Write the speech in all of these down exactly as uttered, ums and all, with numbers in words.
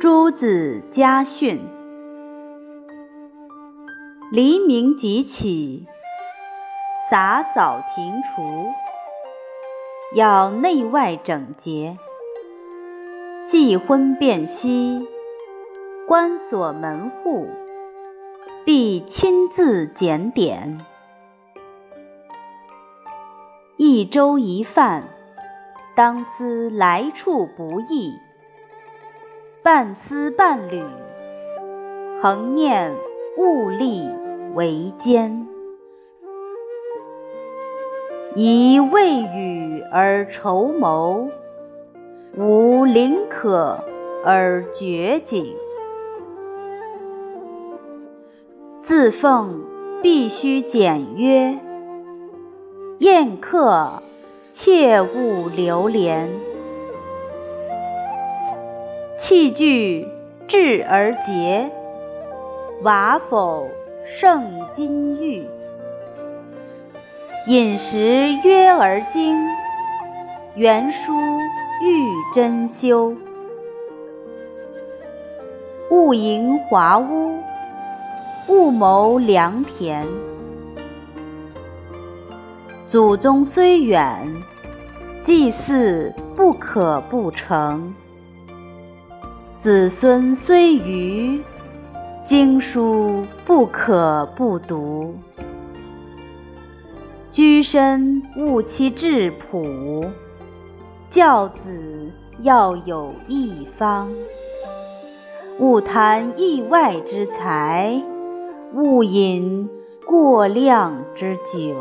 诸子家训。黎明即起，洒扫庭除，要内外整洁。既婚便息，关锁门户，必亲自检点。一粥一饭，当思来处不易。半丝半缕，恒念物力维艰。宜未雨而绸缪，无临渴而掘井。自奉必须简约，宴客切勿流连。器具质而洁，瓦否胜金玉。饮食约而精，原书欲珍馐。勿营华屋，勿谋良田。祖宗虽远，祭祀不可不成。子孙虽愚，经书不可不读。居身务其质朴，教子要有一方。勿贪意外之财，勿饮过量之酒。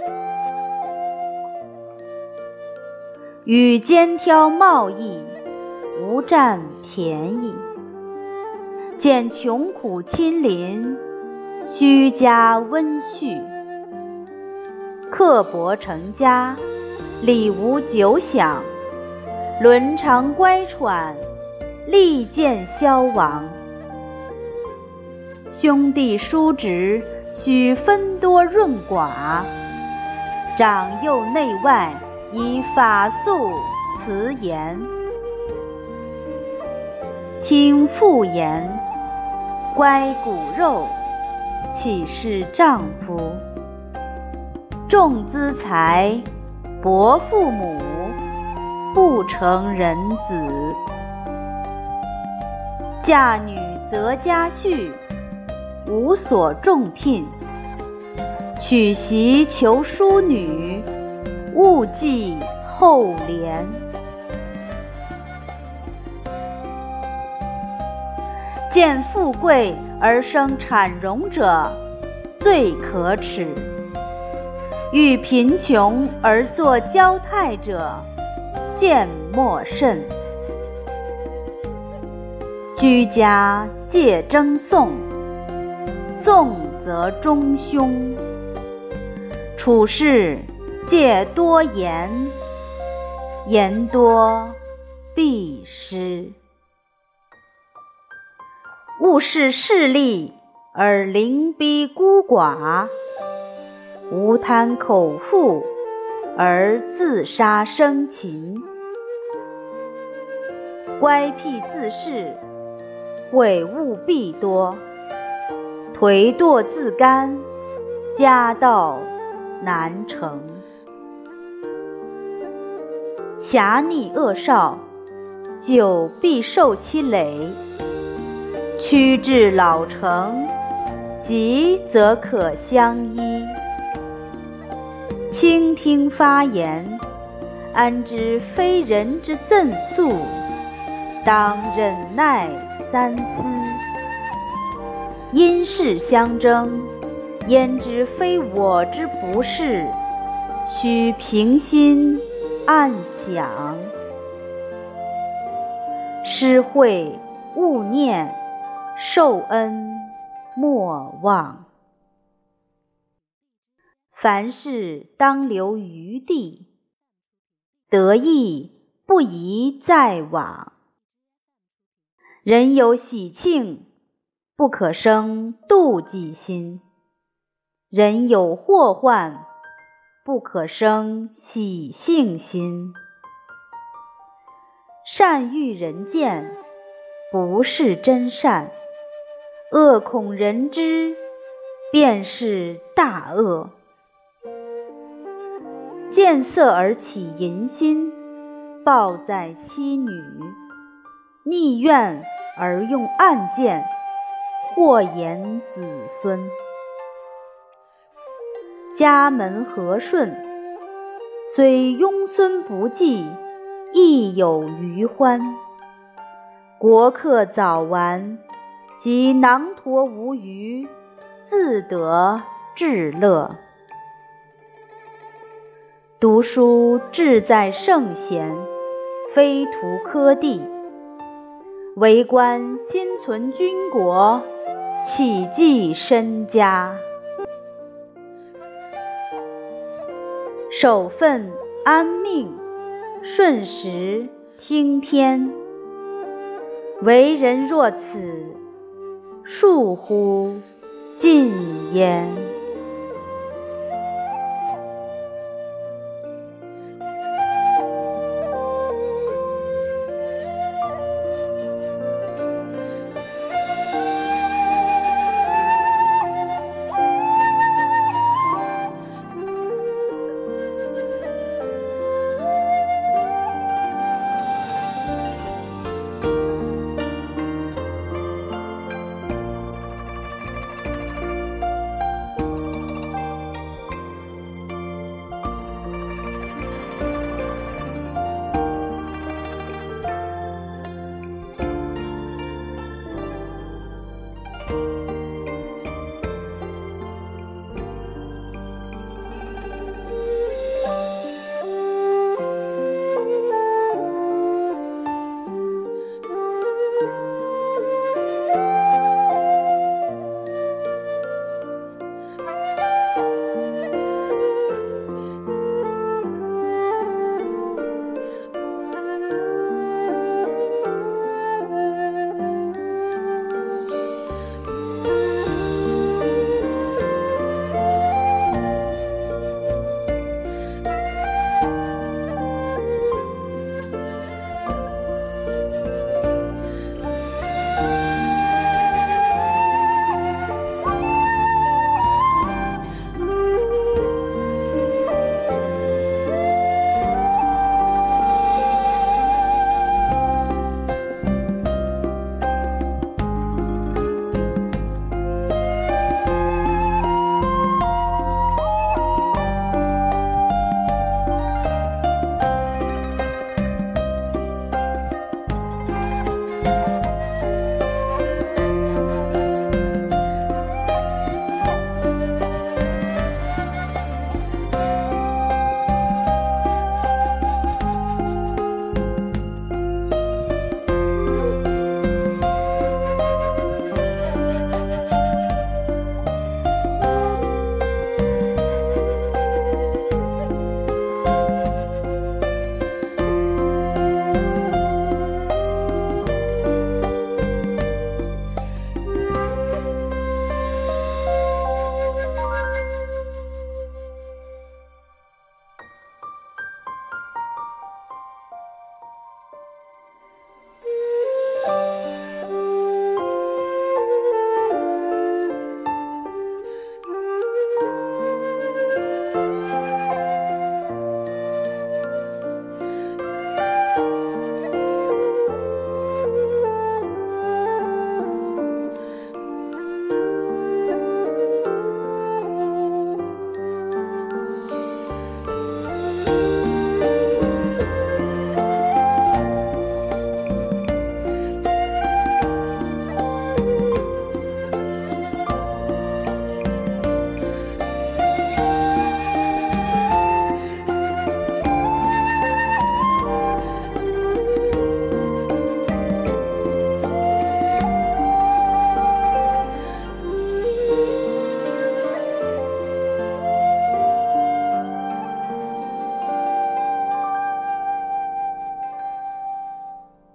与肩挑贸易，无占便宜。见穷苦亲邻，须加温煦。刻薄成家，礼无久享。伦常乖舛，利剑消亡。兄弟叔侄，须分多润寡。长幼内外，以法肃辞严。听妇言，乖骨肉，岂是丈夫？重资财，薄父母，不成人子。嫁女择家婿，无所重聘。娶媳求淑女，勿计后怜。见富贵而生产荣者，最可耻。遇贫穷而作骄态者，见莫甚。居家戒争讼，讼则中凶。处事戒多言，言多必失。勿视势利而凌逼孤寡，无贪口腹而自杀生禽。乖僻自恃，悔悟必多。颓惰自甘，家道难成。侠逆恶少，久必受其累。趋至老成，急则可相依。倾听发言，安知非人之赠诉？当忍耐三思。因事相争，焉知非我之不是？须平心暗想。施惠勿念，受恩莫忘。凡事当留余地，得意不宜再往。人有喜庆，不可生妒忌心。人有祸患，不可生喜庆心。善育人见， 不是真善，恶恐人知，便是大恶。见色而起淫心，暴在妻女；逆愿而用暗箭，祸延子孙。家门和顺，虽庸孙不济，亦有余欢。国客早完，即囊橐无余，自得至乐。读书志在圣贤，非图科第；为官心存军国，岂计身家。守分安命，顺时听天。为人若此，恕乎尽焉。